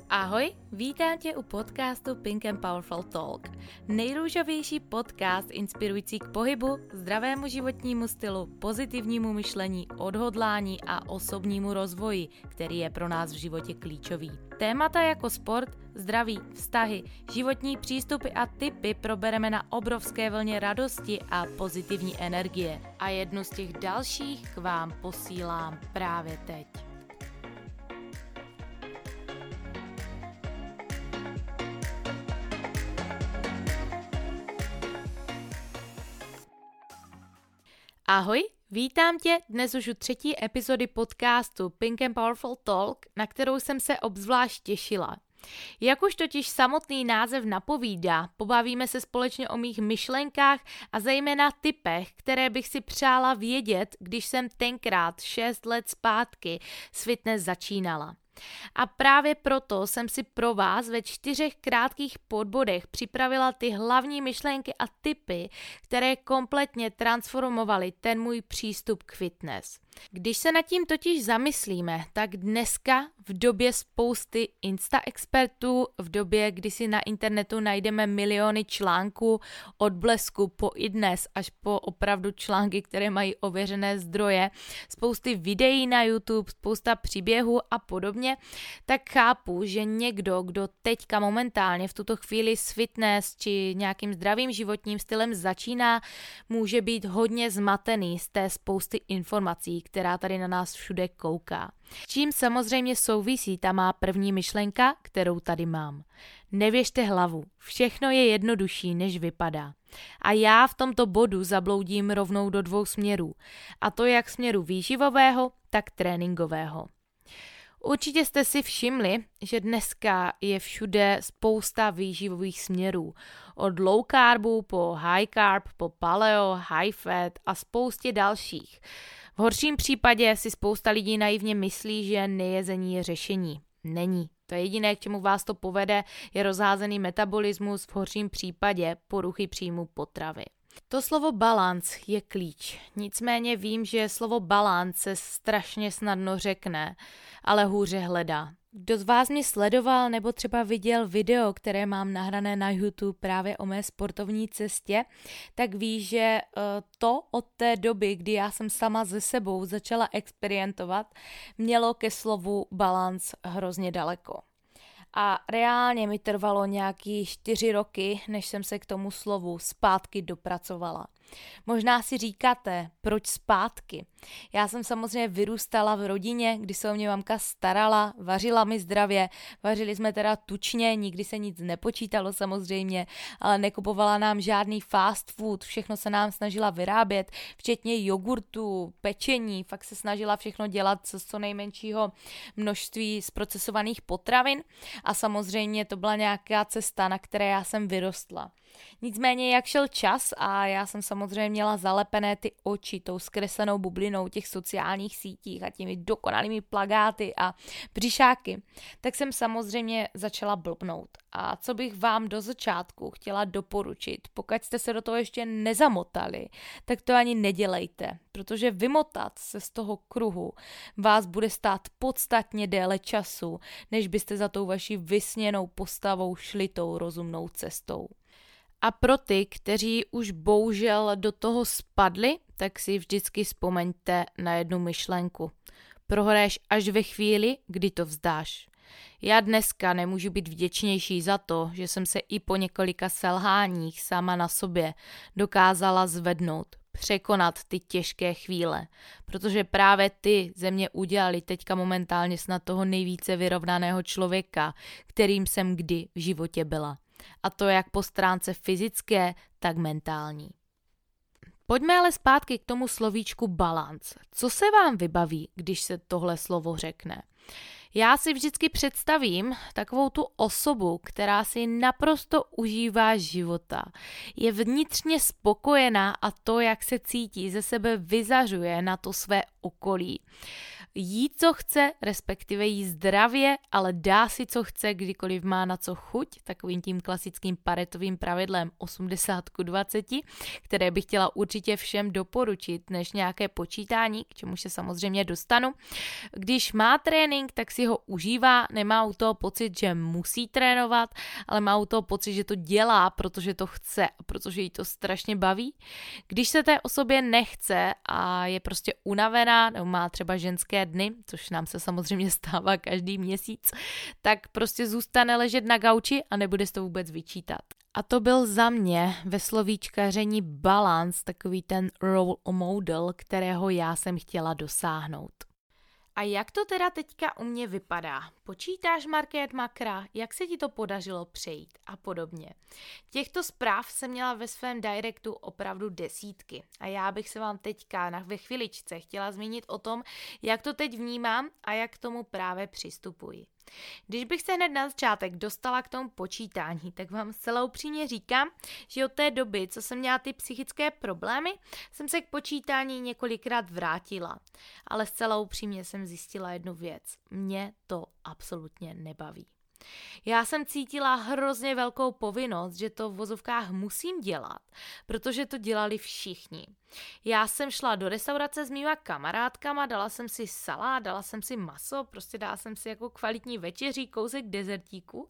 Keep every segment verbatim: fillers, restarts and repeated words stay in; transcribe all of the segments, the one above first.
Ahoj, vítám tě u podcastu Pink and Powerful Talk. Nejrůžovější podcast inspirující k pohybu, zdravému životnímu stylu, pozitivnímu myšlení, odhodlání a osobnímu rozvoji, který je pro nás v životě klíčový. Témata jako sport, zdraví, vztahy, životní přístupy a tipy probereme na obrovské vlně radosti a pozitivní energie. A jednu z těch dalších k vám posílám právě teď. Ahoj, vítám tě dnes už u třetí epizody podcastu Pink and Powerful Talk, na kterou jsem se obzvlášť těšila. Jak už totiž samotný název napovídá, pobavíme se společně o mých myšlenkách a zejména tipech, které bych si přála vědět, když jsem tenkrát šest let zpátky s fitness začínala. A právě proto jsem si pro vás ve čtyřech krátkých podbodech připravila ty hlavní myšlenky a tipy, které kompletně transformovaly ten můj přístup k fitness. Když se nad tím totiž zamyslíme, tak dneska v době spousty Insta expertů, v době, kdy si na internetu najdeme miliony článků od Blesku po iDnes až po opravdu články, které mají ověřené zdroje, spousty videí na YouTube, spousta příběhů a podobně, tak chápu, že někdo, kdo teďka momentálně v tuto chvíli s fitness či nějakým zdravým životním stylem začíná, může být hodně zmatený z té spousty informací, která tady na nás všude kouká. S čím samozřejmě souvisí ta má první myšlenka, kterou tady mám. Nevěžte hlavu, všechno je jednodušší, než vypadá. A já v tomto bodu zabloudím rovnou do dvou směrů. A to jak směru výživového, tak tréninkového. Určitě jste si všimli, že dneska je všude spousta výživových směrů. Od low carbu po high carb, po paleo, high fat a spoustě dalších. V horším případě si spousta lidí naivně myslí, že nejezení je řešení. Není. To jediné, k čemu vás to povede, je rozházený metabolismus, v horším případě poruchy příjmu potravy. To slovo balans je klíč. Nicméně vím, že slovo balans se strašně snadno řekne, ale hůře hledá. Kdo z vás mě sledoval nebo třeba viděl video, které mám nahrané na YouTube právě o mé sportovní cestě, tak ví, že to od té doby, kdy já jsem sama se sebou začala experimentovat, mělo ke slovu balans hrozně daleko. A reálně mi trvalo nějaký čtyři roky, než jsem se k tomu slovu zpátky dopracovala. Možná si říkáte, proč zpátky? Já jsem samozřejmě vyrůstala v rodině, kdy se o mě mamka starala, vařila mi zdravě, vařili jsme teda tučně, nikdy se nic nepočítalo samozřejmě, ale nekupovala nám žádný fast food, všechno se nám snažila vyrábět, včetně jogurtu, pečení, fakt se snažila všechno dělat z co nejmenšího množství zprocesovaných potravin a samozřejmě to byla nějaká cesta, na které já jsem vyrostla. Nicméně, jak šel čas a já jsem samozřejmě měla zalepené ty oči tou zkreslenou bublinou těch sociálních sítích a těmi dokonalými plakáty a břišáky, tak jsem samozřejmě začala blbnout. A co bych vám do začátku chtěla doporučit, pokud jste se do toho ještě nezamotali, tak to ani nedělejte, protože vymotat se z toho kruhu vás bude stát podstatně déle času, než byste za tou vaší vysněnou postavou šli tou rozumnou cestou. A pro ty, kteří už bohužel do toho spadli, tak si vždycky vzpomeňte na jednu myšlenku. Prohraješ až ve chvíli, kdy to vzdáš. Já dneska nemůžu být vděčnější za to, že jsem se i po několika selháních sama na sobě dokázala zvednout, překonat ty těžké chvíle, protože právě ty ze mě udělali teďka momentálně snad toho nejvíce vyrovnaného člověka, kterým jsem kdy v životě byla. A to jak po stránce fyzické, tak mentální. Pojďme ale zpátky k tomu slovíčku balans. Co se vám vybaví, když se tohle slovo řekne? Já si vždycky představím takovou tu osobu, která si naprosto užívá života. Je vnitřně spokojená a to, jak se cítí, ze sebe vyzařuje na to své okolí. jí, co chce, respektive jí zdravě, ale dá si, co chce, kdykoliv má na co chuť, takovým tím klasickým paretovým pravidlem osmdesát ku dvaceti, které bych chtěla určitě všem doporučit, než nějaké počítání, k čemu se samozřejmě dostanu. Když má trénink, tak si ho užívá, nemá u toho pocit, že musí trénovat, ale má u toho pocit, že to dělá, protože to chce, protože jí to strašně baví. Když se té osobě nechce a je prostě unavená, nebo má třeba ženské dny, což nám se samozřejmě stává každý měsíc, tak prostě zůstane ležet na gauči a nebude se to vůbec vyčítat. A to byl za mě ve slovíčkaření balans, takový ten role model, kterého já jsem chtěla dosáhnout. A jak to teda teďka u mě vypadá? Počítáš market makra? Jak se ti to podařilo přejít? A podobně. Těchto zpráv jsem měla ve svém directu opravdu desítky. A já bych se vám teďka na, ve chviličce chtěla zmínit o tom, jak to teď vnímám a jak k tomu právě přistupuji. Když bych se hned na začátek dostala k tomu počítání, tak vám zcela upřímně říkám, že od té doby, co jsem měla ty psychické problémy, jsem se k počítání několikrát vrátila. Ale zcela upřímně jsem zjistila jednu věc. Mě to absolutně nebaví. Já jsem cítila hrozně velkou povinnost, že to v vozovkách musím dělat, protože to dělali všichni. Já jsem šla do restaurace s mýma kamarádkama, dala jsem si salát, dala jsem si maso, prostě dala jsem si jako kvalitní večeří, kousek dezertíku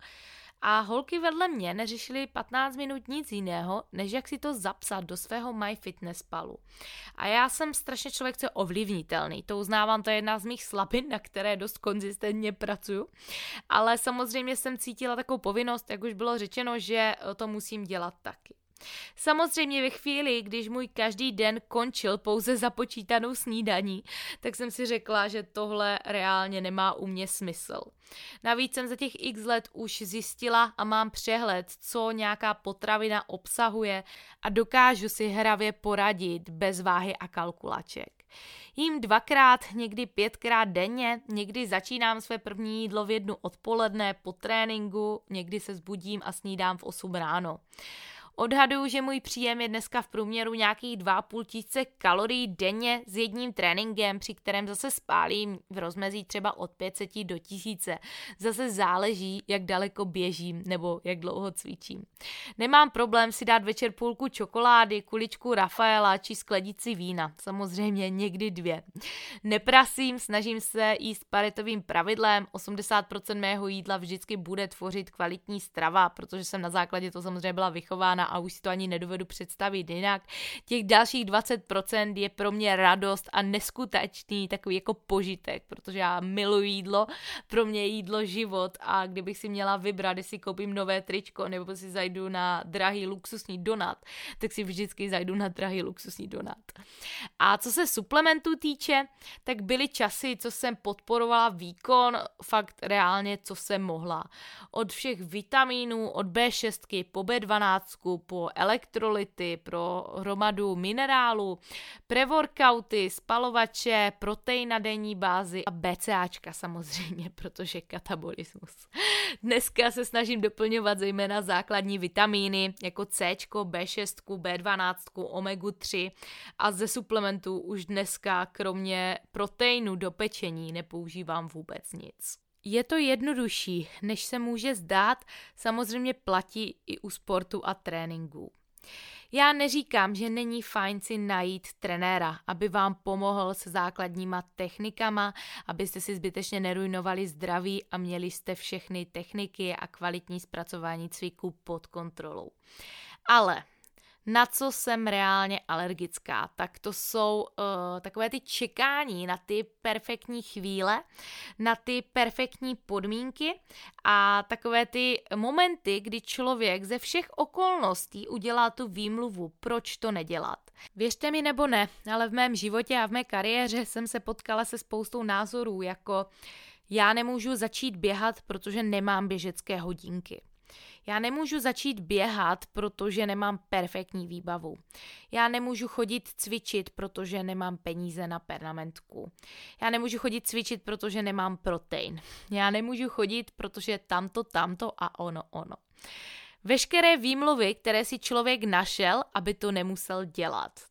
a holky vedle mě neřešily patnáct minut nic jiného, než jak si to zapsat do svého MyFitnessPalu. A já jsem strašně člověk, co je ovlivnitelný, to uznávám, to je jedna z mých slabin, na které dost konzistentně pracuju, ale samozřejmě jsem cítila takovou povinnost, jak už bylo řečeno, že to musím dělat taky. Samozřejmě ve chvíli, když můj každý den končil pouze započítanou snídaní, tak jsem si řekla, že tohle reálně nemá u mě smysl. Navíc jsem za těch x let už zjistila a mám přehled, co nějaká potravina obsahuje a dokážu si hravě poradit bez váhy a kalkulaček. Jím dvakrát, někdy pětkrát denně, někdy začínám své první jídlo v jednu odpoledne po tréninku, někdy se zbudím a snídám v osm ráno. Odhaduju, že můj příjem je dneska v průměru nějakých dva a půl tisíce kalorií denně s jedním tréninkem, při kterém zase spálím v rozmezí třeba od pět set do tisíce. Zase záleží, jak daleko běžím nebo jak dlouho cvičím. Nemám problém si dát večer půlku čokolády, kuličku Rafaela či sklenici vína. Samozřejmě někdy dvě. Neprasím, snažím se jíst paretovým pravidlem. osmdesát procent mého jídla vždycky bude tvořit kvalitní strava, protože jsem na základě toho samozřejmě byla vychována a už si to ani nedovedu představit jinak. Těch dalších dvacet procent je pro mě radost a neskutečný takový jako požitek, protože já miluji jídlo, pro mě je jídlo život a kdybych si měla vybrat, jestli koupím nové tričko nebo si zajdu na drahý luxusní donut, tak si vždycky zajdu na drahý luxusní donut. A co se suplementů týče, tak byly časy, co jsem podporovala výkon, fakt reálně, co jsem mohla. Od všech vitamínů, od bé šest po bé dvanáct, po elektrolyty, pro hromadu minerálů, pre-workouty, spalovače, protein na denní bázi a BCAčka samozřejmě, protože katabolismus. Dneska se snažím doplňovat zejména základní vitamíny jako C, bé šest, bé dvanáct, omega tři a ze suplementů už dneska kromě proteinu do pečení nepoužívám vůbec nic. Je to jednodušší, než se může zdát, samozřejmě platí i u sportu a tréninku. Já neříkám, že není fajn si najít trenéra, aby vám pomohl se základníma technikama, abyste si zbytečně nerujnovali zdraví a měli jste všechny techniky a kvalitní zpracování cviků pod kontrolou. Ale na co jsem reálně alergická, tak to jsou uh, takové ty čekání na ty perfektní chvíle, na ty perfektní podmínky a takové ty momenty, kdy člověk ze všech okolností udělá tu výmluvu, proč to nedělat. Věřte mi nebo ne, ale v mém životě a v mé kariéře jsem se potkala se spoustou názorů, jako já nemůžu začít běhat, protože nemám běžecké hodinky. Já nemůžu začít běhat, protože nemám perfektní výbavu. Já nemůžu chodit cvičit, protože nemám peníze na pernamentku. Já nemůžu chodit cvičit, protože nemám protein. Já nemůžu chodit, protože tamto, tamto a ono, ono. Veškeré výmluvy, které si člověk našel, aby to nemusel dělat.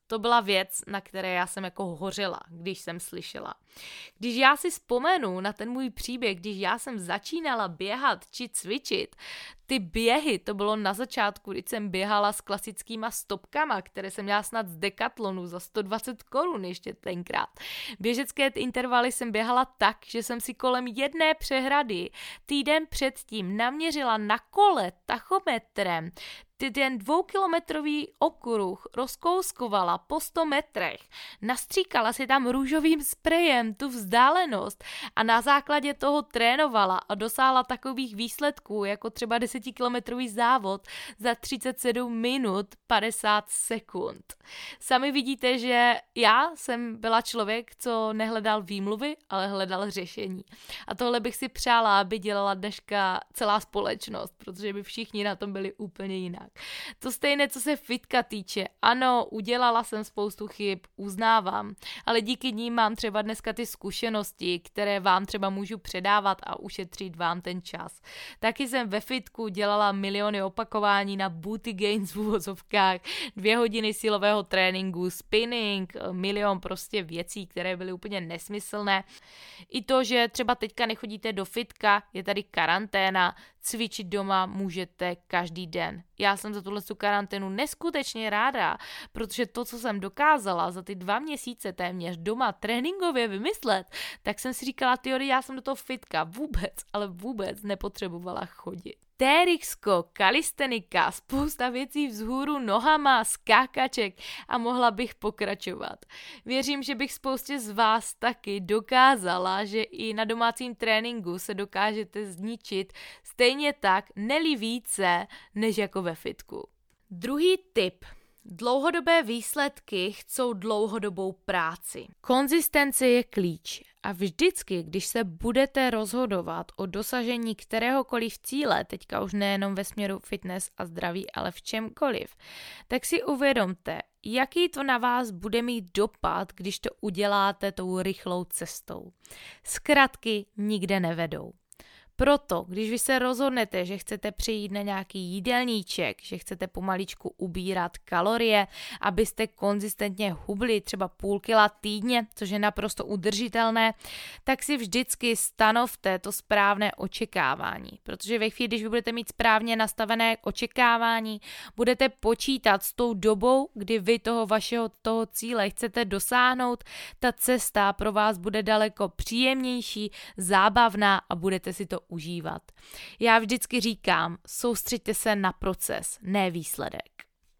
To byla věc, na které já jsem jako hořela, když jsem slyšela. Když já si vzpomenu na ten můj příběh, když já jsem začínala běhat či cvičit, ty běhy, to bylo na začátku, když jsem běhala s klasickýma stopkama, které jsem měla snad z Decathlonu za sto dvacet korun ještě tenkrát. Běžecké intervaly jsem běhala tak, že jsem si kolem jedné přehrady týden předtím naměřila na kole tachometrem ten dvoukilometrový okruh, rozkouskovala po sto metrech, nastříkala si tam růžovým sprejem tu vzdálenost a na základě toho trénovala a dosáhla takových výsledků, jako třeba desetikilometrový závod za třicet sedm minut padesát sekund. Sami vidíte, že já jsem byla člověk, co nehledal výmluvy, ale hledal řešení. A tohle bych si přála, aby dělala dneška celá společnost, protože by všichni na tom byli úplně jinak. To stejné, co se fitka týče. Ano, udělala jsem spoustu chyb, uznávám, ale díky ním mám třeba dneska ty zkušenosti, které vám třeba můžu předávat a ušetřit vám ten čas. Taky jsem ve fitku dělala miliony opakování na booty gains v uvozovkách, dvě hodiny silového tréninku, spinning, milion prostě věcí, které byly úplně nesmyslné. I to, že třeba teďka nechodíte do fitka, je tady karanténa, cvičit doma můžete každý den. Já jsem za tuhle karanténu neskutečně ráda, protože to, co jsem dokázala za ty dva měsíce téměř doma tréninkově vymyslet, tak jsem si říkala, tyjo, já jsem do toho fitka vůbec, ale vůbec nepotřebovala chodit. T R X, kalistenika, spousta věcí vzhůru nohama, skákaček a mohla bych pokračovat. Věřím, že bych spoustě z vás taky dokázala, že i na domácím tréninku se dokážete zničit stejně tak, neli více, než jako ve fitku. Druhý tip. Dlouhodobé výsledky chcou dlouhodobou práci. Konzistence je klíč a vždycky, když se budete rozhodovat o dosažení kteréhokoliv cíle, teďka už nejenom ve směru fitness a zdraví, ale v čemkoliv, tak si uvědomte, jaký to na vás bude mít dopad, když to uděláte tou rychlou cestou. Zkratky nikde nevedou. Proto, když vy se rozhodnete, že chcete přejít na nějaký jídelníček, že chcete pomaličku ubírat kalorie, abyste konzistentně hubli třeba půl kila týdně, což je naprosto udržitelné, tak si vždycky stanovte to správné očekávání. Protože ve chvíli, když vy budete mít správně nastavené očekávání, budete počítat s tou dobou, kdy vy toho vašeho toho cíle chcete dosáhnout, ta cesta pro vás bude daleko příjemnější, zábavná a budete si to užívat. Já vždycky říkám, soustřeďte se na proces, ne výsledek.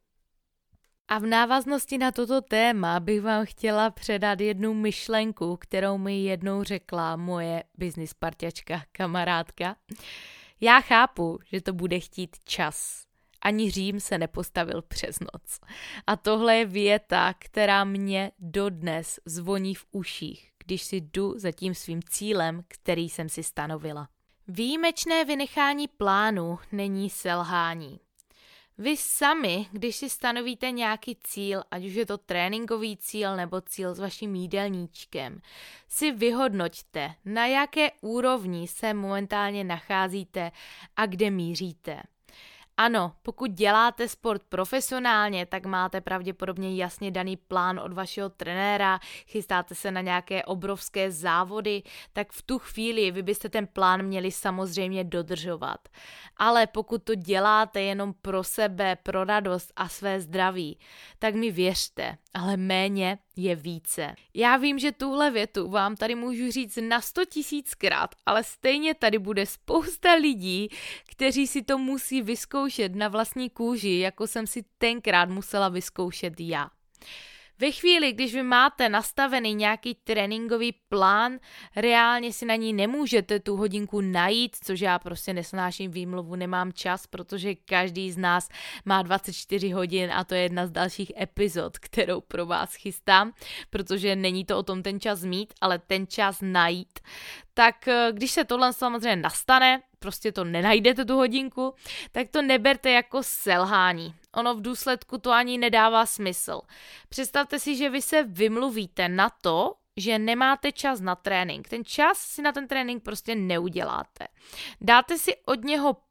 A v návaznosti na toto téma bych vám chtěla předat jednu myšlenku, kterou mi jednou řekla moje business parťačka, kamarádka. Já chápu, že to bude chtít čas. Ani Řím se nepostavil přes noc. A tohle je věta, která mě dodnes zvoní v uších, když si jdu za tím svým cílem, který jsem si stanovila. Výjimečné vynechání plánu není selhání. Vy sami, když si stanovíte nějaký cíl, ať už je to tréninkový cíl nebo cíl s vaším jídelníčkem, si vyhodnoťte, na jaké úrovni se momentálně nacházíte a kde míříte. Ano, pokud děláte sport profesionálně, tak máte pravděpodobně jasně daný plán od vašeho trenéra, chystáte se na nějaké obrovské závody, tak v tu chvíli vy byste ten plán měli samozřejmě dodržovat. Ale pokud to děláte jenom pro sebe, pro radost a své zdraví, tak mi věřte, ale méně je více. Já vím, že tuhle větu vám tady můžu říct na sto tisíckrát, ale stejně tady bude spousta lidí, kteří si to musí vyzkoušet na vlastní kůži, jako jsem si tenkrát musela vyzkoušet já. Ve chvíli, když vy máte nastavený nějaký tréninkový plán, reálně si na ní nemůžete tu hodinku najít, což já prostě nesnáším výmluvu, nemám čas, protože každý z nás má dvacet čtyři hodin a to je jedna z dalších epizod, kterou pro vás chystám, protože není to o tom ten čas mít, ale ten čas najít. Tak když se tohle samozřejmě nastane, prostě to nenajdete tu hodinku, tak to neberte jako selhání. Ono v důsledku to ani nedává smysl. Představte si, že vy se vymluvíte na to, že nemáte čas na trénink. Ten čas si na ten trénink prostě neuděláte. Dáte si od něho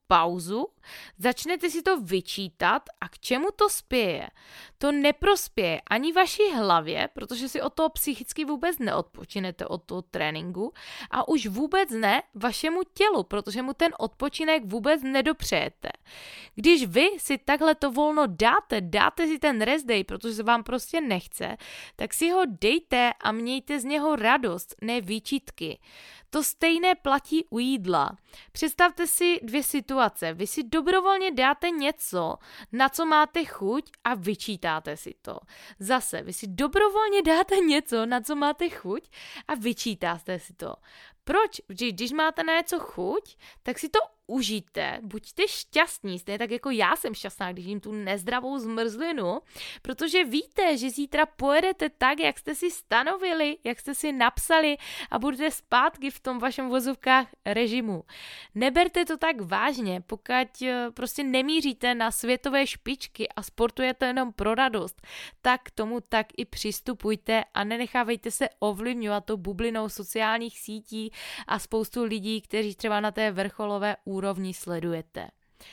pauzu, začnete si to vyčítat a k čemu to spěje. To neprospěje ani vaší hlavě, protože si od toho psychicky vůbec neodpočinete od toho tréninku a už vůbec ne vašemu tělu, protože mu ten odpočinek vůbec nedopřejete. Když vy si takhle to volno dáte, dáte si ten rest day, protože se vám prostě nechce, tak si ho dejte a mějte z něho radost, ne výčitky. To stejné platí u jídla. Představte si dvě situace. Vy si dobrovolně dáte něco, na co máte chuť a vyčítáte si to. Zase, vy si dobrovolně dáte něco, na co máte chuť a vyčítáte si to. Proč? Když máte na něco chuť, tak si to užijte, buďte šťastní, stejně tak jako já jsem šťastná, když jím tu nezdravou zmrzlinu, protože víte, že zítra pojedete tak, jak jste si stanovili, jak jste si napsali a budete zpátky v tom vašem vozovkách režimu. Neberte to tak vážně, pokud prostě nemíříte na světové špičky a sportujete jenom pro radost, tak k tomu tak i přistupujte a nenechávejte se ovlivňovat tou bublinou sociálních sítí a spoustu lidí, kteří třeba na té vrcholové úrovni sledujete.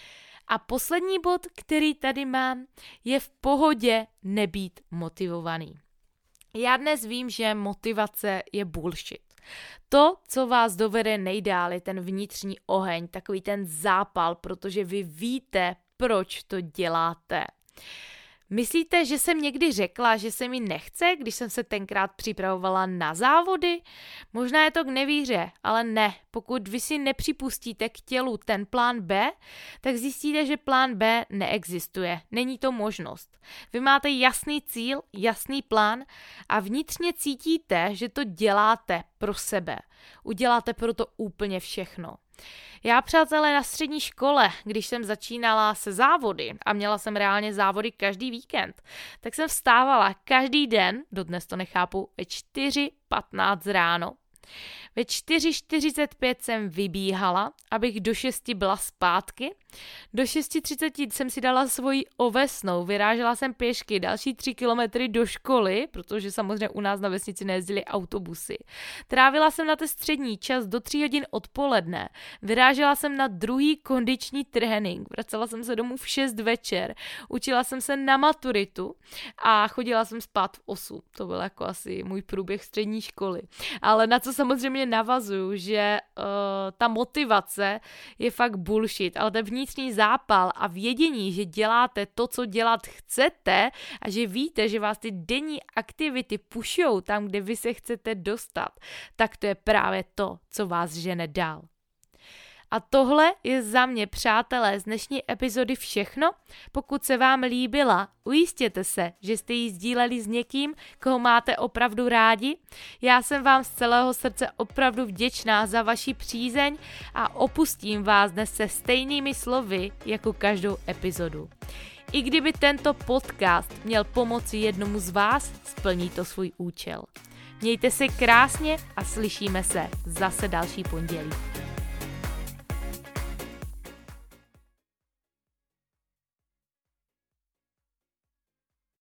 A poslední bod, který tady mám, je v pohodě nebýt motivovaný. Já dnes vím, že motivace je bullshit. To, co vás dovede nejdál, je ten vnitřní oheň, takový ten zápal, protože vy víte, proč to děláte. Myslíte, že jsem někdy řekla, že se mi nechce, když jsem se tenkrát připravovala na závody? Možná je to k nevíře, ale ne. Pokud vy si nepřipustíte k tělu ten plán B, tak zjistíte, že plán B neexistuje. Není to možnost. Vy máte jasný cíl, jasný plán a vnitřně cítíte, že to děláte pro sebe. Uděláte pro to úplně všechno. Já, přátelé, na střední škole, když jsem začínala se závody a měla jsem reálně závody každý víkend, tak jsem vstávala každý den, dodnes to nechápu, ve čtyři patnáct ráno. Ve čtyři čtyřicet pět jsem vybíhala, abych do šesti byla zpátky. Do šesti třicet jsem si dala svoji ovesnou, vyrážela jsem pěšky další tři kilometry do školy, protože samozřejmě u nás na vesnici nejezdily autobusy. Trávila jsem na té střední čas do tří hodin odpoledne, vyrážela jsem na druhý kondiční trénink, vracela jsem se domů v šest večer, učila jsem se na maturitu a chodila jsem spát v osm. To byl jako asi můj průběh střední školy. Ale na co samozřejmě navazuju, že uh, ta motivace je fakt bullshit, ale ten vnitřní zápal a vědění, že děláte to, co dělat chcete a že víte, že vás ty denní aktivity pušou tam, kde vy se chcete dostat, tak to je právě to, co vás žene dál. A tohle je za mě, přátelé, z dnešní epizody všechno. Pokud se vám líbila, ujistěte se, že jste ji sdíleli s někým, koho máte opravdu rádi. Já jsem vám z celého srdce opravdu vděčná za vaši přízeň a opustím vás dnes se stejnými slovy jako každou epizodu. I kdyby tento podcast měl pomoci jednomu z vás, splní to svůj účel. Mějte se krásně a slyšíme se zase další pondělí.